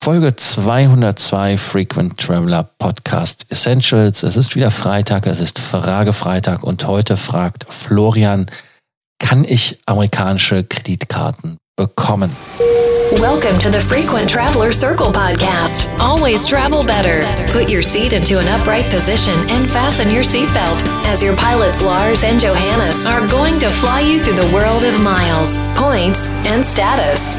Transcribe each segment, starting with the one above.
Folge 202 Frequent Traveler Podcast Essentials. Es ist wieder Freitag, es ist Fragefreitag und heute fragt Florian, kann ich amerikanische Kreditkarten bekommen? Welcome to the Frequent Traveler Circle podcast. Always travel better. Put your seat into an upright position and fasten your seatbelt as your pilots Lars and Johannes are going to fly you through the world of miles, points and status.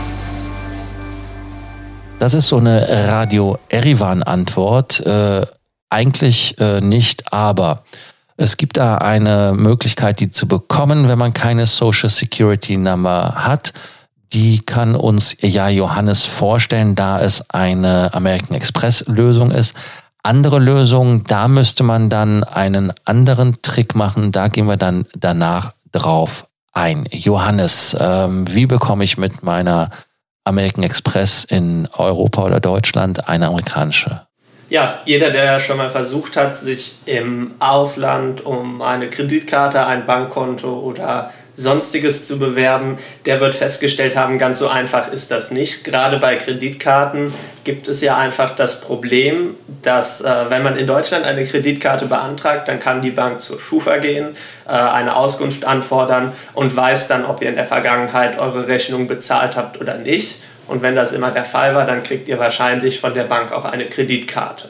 Das ist so eine Radio-Erivan-Antwort. Eigentlich nicht, aber es gibt da eine Möglichkeit, die zu bekommen, wenn man keine Social Security Number hat. Die kann uns ja Johannes vorstellen, da es eine American Express-Lösung ist. Andere Lösungen, da müsste man dann einen anderen Trick machen. Da gehen wir dann danach drauf ein. Johannes, wie bekomme ich mit meiner American Express in Europa oder Deutschland eine amerikanische? Ja, jeder, der schon mal versucht hat, sich im Ausland um eine Kreditkarte, ein Bankkonto oder Sonstiges zu bewerben, der wird festgestellt haben, ganz so einfach ist das nicht. Gerade bei Kreditkarten gibt es ja einfach das Problem, dass wenn man in Deutschland eine Kreditkarte beantragt, dann kann die Bank zur Schufa gehen, eine Auskunft anfordern und weiß dann, ob ihr in der Vergangenheit eure Rechnung bezahlt habt oder nicht. Und wenn das immer der Fall war, dann kriegt ihr wahrscheinlich von der Bank auch eine Kreditkarte.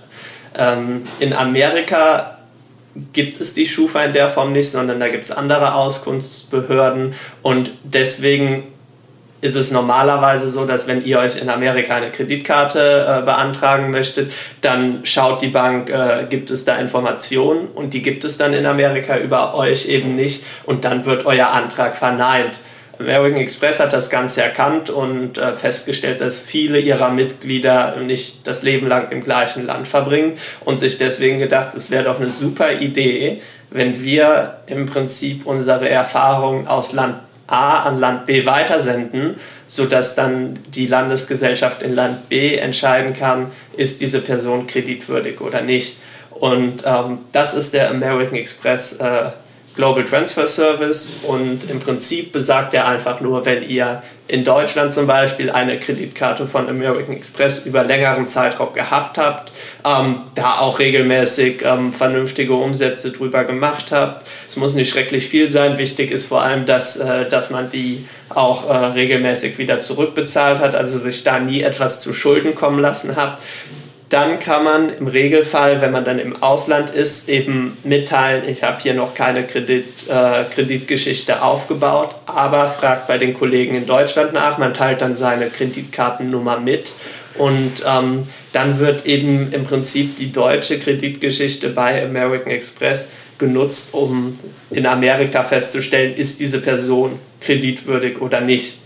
In Amerika gibt es die Schufa in der Form nicht, sondern da gibt es andere Auskunftsbehörden und deswegen ist es normalerweise so, dass wenn ihr euch in Amerika eine Kreditkarte beantragen möchtet, dann schaut die Bank, gibt es da Informationen und die gibt es dann in Amerika über euch eben nicht und dann wird euer Antrag verneint. American Express hat das Ganze erkannt und festgestellt, dass viele ihrer Mitglieder nicht das Leben lang im gleichen Land verbringen und sich deswegen gedacht, es wäre doch eine super Idee, wenn wir im Prinzip unsere Erfahrungen aus Land A an Land B weitersenden, sodass dann die Landesgesellschaft in Land B entscheiden kann, ist diese Person kreditwürdig oder nicht. Und das ist der American Express Global Transfer Service und im Prinzip besagt er einfach nur, wenn ihr in Deutschland zum Beispiel eine Kreditkarte von American Express über längeren Zeitraum gehabt habt, da auch regelmäßig vernünftige Umsätze drüber gemacht habt. Es muss nicht schrecklich viel sein, wichtig ist vor allem, dass man die auch regelmäßig wieder zurückbezahlt hat, also sich da nie etwas zu Schulden kommen lassen hat. Dann kann man im Regelfall, wenn man dann im Ausland ist, eben mitteilen, ich habe hier noch keine Kreditgeschichte aufgebaut, aber fragt bei den Kollegen in Deutschland nach, man teilt dann seine Kreditkartennummer mit und dann wird eben im Prinzip die deutsche Kreditgeschichte bei American Express genutzt, um in Amerika festzustellen, ist diese Person kreditwürdig oder nicht.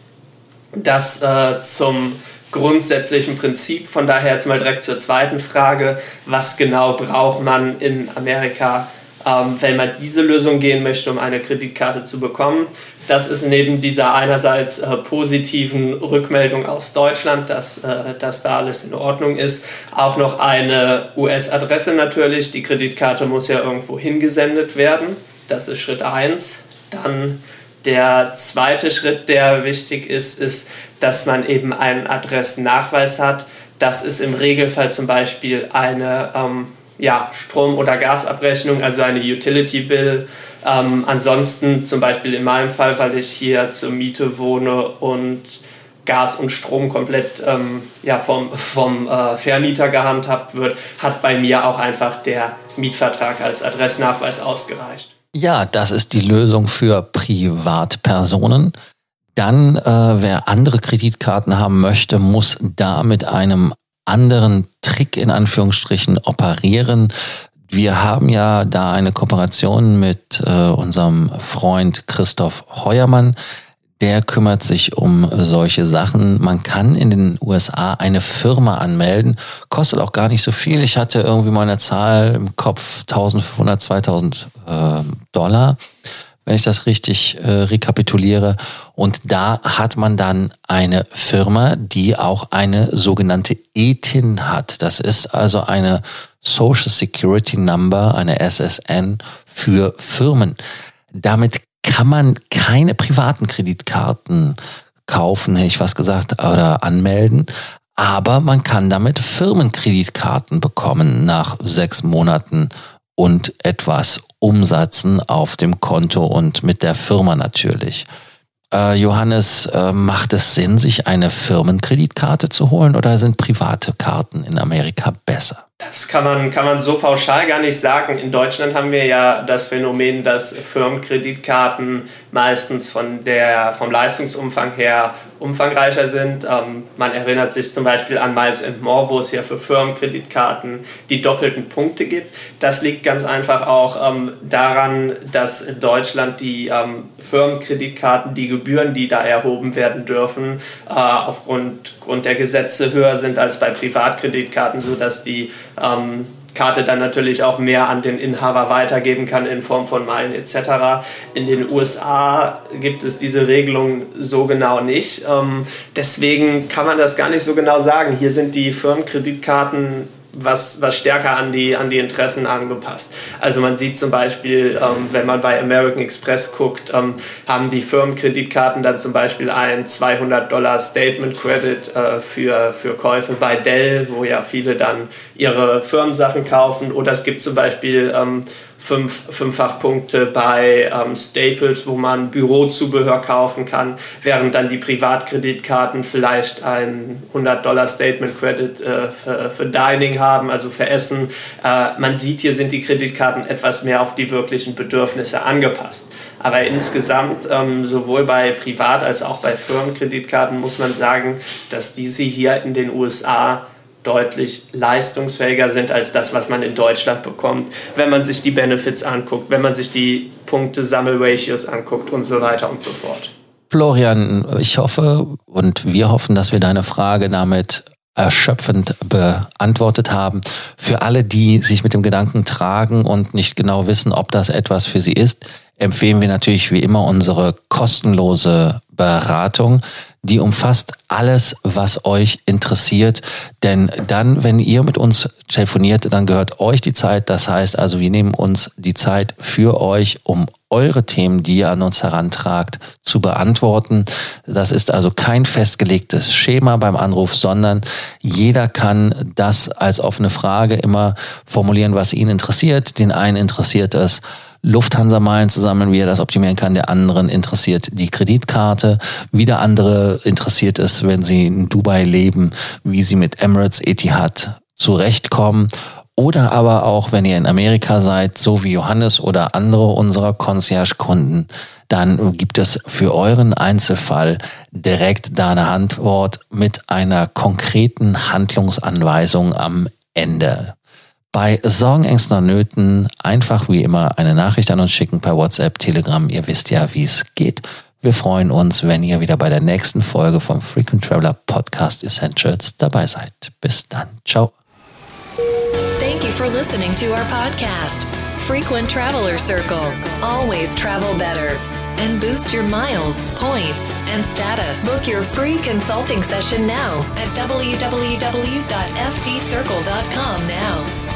Das zum grundsätzlichen Prinzip. Von daher jetzt mal direkt zur zweiten Frage, was genau braucht man in Amerika, wenn man diese Lösung gehen möchte, um eine Kreditkarte zu bekommen. Das ist neben dieser einerseits positiven Rückmeldung aus Deutschland, dass da alles in Ordnung ist, auch noch eine US-Adresse natürlich. Die Kreditkarte muss ja irgendwo hingesendet werden. Das ist Schritt 1. Dann der zweite Schritt, der wichtig ist, dass man eben einen Adressennachweis hat. Das ist im Regelfall zum Beispiel eine Strom- oder Gasabrechnung, also eine Utility Bill. Ansonsten zum Beispiel in meinem Fall, weil ich hier zur Miete wohne und Gas und Strom komplett vom Vermieter gehandhabt wird, hat bei mir auch einfach der Mietvertrag als Adressnachweis ausgereicht. Ja, das ist die Lösung für Privatpersonen. Dann, wer andere Kreditkarten haben möchte, muss da mit einem anderen Trick in Anführungsstrichen operieren. Wir haben ja da eine Kooperation mit unserem Freund Christoph Heuermann. Der kümmert sich um solche Sachen. Man kann in den USA eine Firma anmelden, kostet auch gar nicht so viel. Ich hatte irgendwie mal eine Zahl im Kopf, 1.500, 2.000 $, wenn ich das richtig rekapituliere. Und da hat man dann eine Firma, die auch eine sogenannte ETIN hat. Das ist also eine Social Security Number, eine SSN für Firmen. Damit kann man keine privaten Kreditkarten kaufen, hätte ich fast gesagt, oder anmelden. Aber man kann damit Firmenkreditkarten bekommen nach 6 Monaten und etwas Umsätzen auf dem Konto und mit der Firma natürlich. Johannes, macht es Sinn, sich eine Firmenkreditkarte zu holen oder sind private Karten in Amerika besser? Das kann man so pauschal gar nicht sagen. In Deutschland haben wir ja das Phänomen, dass Firmenkreditkarten meistens vom Leistungsumfang her umfangreicher sind. Man erinnert sich zum Beispiel an Miles & More, wo es ja für Firmenkreditkarten die doppelten Punkte gibt. Das liegt ganz einfach auch daran, dass in Deutschland die Firmenkreditkarten, die Gebühren, die da erhoben werden dürfen, aufgrund der Gesetze höher sind als bei Privatkreditkarten, sodass die Karte dann natürlich auch mehr an den Inhaber weitergeben kann in Form von Meilen etc. In den USA gibt es diese Regelung so genau nicht. Deswegen kann man das gar nicht so genau sagen. Hier sind die Firmenkreditkarten was stärker an die Interessen angepasst. Also man sieht zum Beispiel, wenn man bei American Express guckt, haben die Firmenkreditkarten dann zum Beispiel ein $200 Statement Credit für Käufe bei Dell, wo ja viele dann ihre Firmensachen kaufen. Oder es gibt zum Beispiel Fünffachpunkte bei Staples, wo man Bürozubehör kaufen kann, während dann die Privatkreditkarten vielleicht ein $100 Statement Credit für Dining haben, also für Essen. Man sieht, hier sind die Kreditkarten etwas mehr auf die wirklichen Bedürfnisse angepasst. Aber insgesamt, sowohl bei Privat- als auch bei Firmenkreditkarten muss man sagen, dass diese hier in den USA deutlich leistungsfähiger sind als das, was man in Deutschland bekommt, wenn man sich die Benefits anguckt, wenn man sich die Punkte-Sammel-Ratios anguckt und so weiter und so fort. Florian, ich hoffe und wir hoffen, dass wir deine Frage damit erschöpfend beantwortet haben. Für alle, die sich mit dem Gedanken tragen und nicht genau wissen, ob das etwas für sie ist, empfehlen wir natürlich wie immer unsere kostenlose Beratung. Die umfasst alles, was euch interessiert. Denn dann, wenn ihr mit uns telefoniert, dann gehört euch die Zeit. Das heißt also, wir nehmen uns die Zeit für euch, um eure Themen, die ihr an uns herantragt, zu beantworten. Das ist also kein festgelegtes Schema beim Anruf, sondern jeder kann das als offene Frage immer formulieren, was ihn interessiert. Den einen interessiert es, Lufthansa-Meilen zu sammeln, wie er das optimieren kann. Der anderen interessiert die Kreditkarte. Wieder andere interessiert es, wenn sie in Dubai leben, wie sie mit Emirates Etihad zurechtkommen. Oder aber auch, wenn ihr in Amerika seid, so wie Johannes oder andere unserer Concierge-Kunden, dann gibt es für euren Einzelfall direkt da eine Antwort mit einer konkreten Handlungsanweisung am Ende. Bei Sorgen, Ängsten und Nöten einfach wie immer eine Nachricht an uns schicken per WhatsApp, Telegram. Ihr wisst ja, wie es geht. Wir freuen uns, wenn ihr wieder bei der nächsten Folge vom Frequent Traveler Podcast Essentials dabei seid. Bis dann. Ciao. Thank you for listening to our podcast, Frequent Traveler Circle. Always travel better. And boost your miles, points, and status. Book your free consulting session now at www.ftcircle.com now.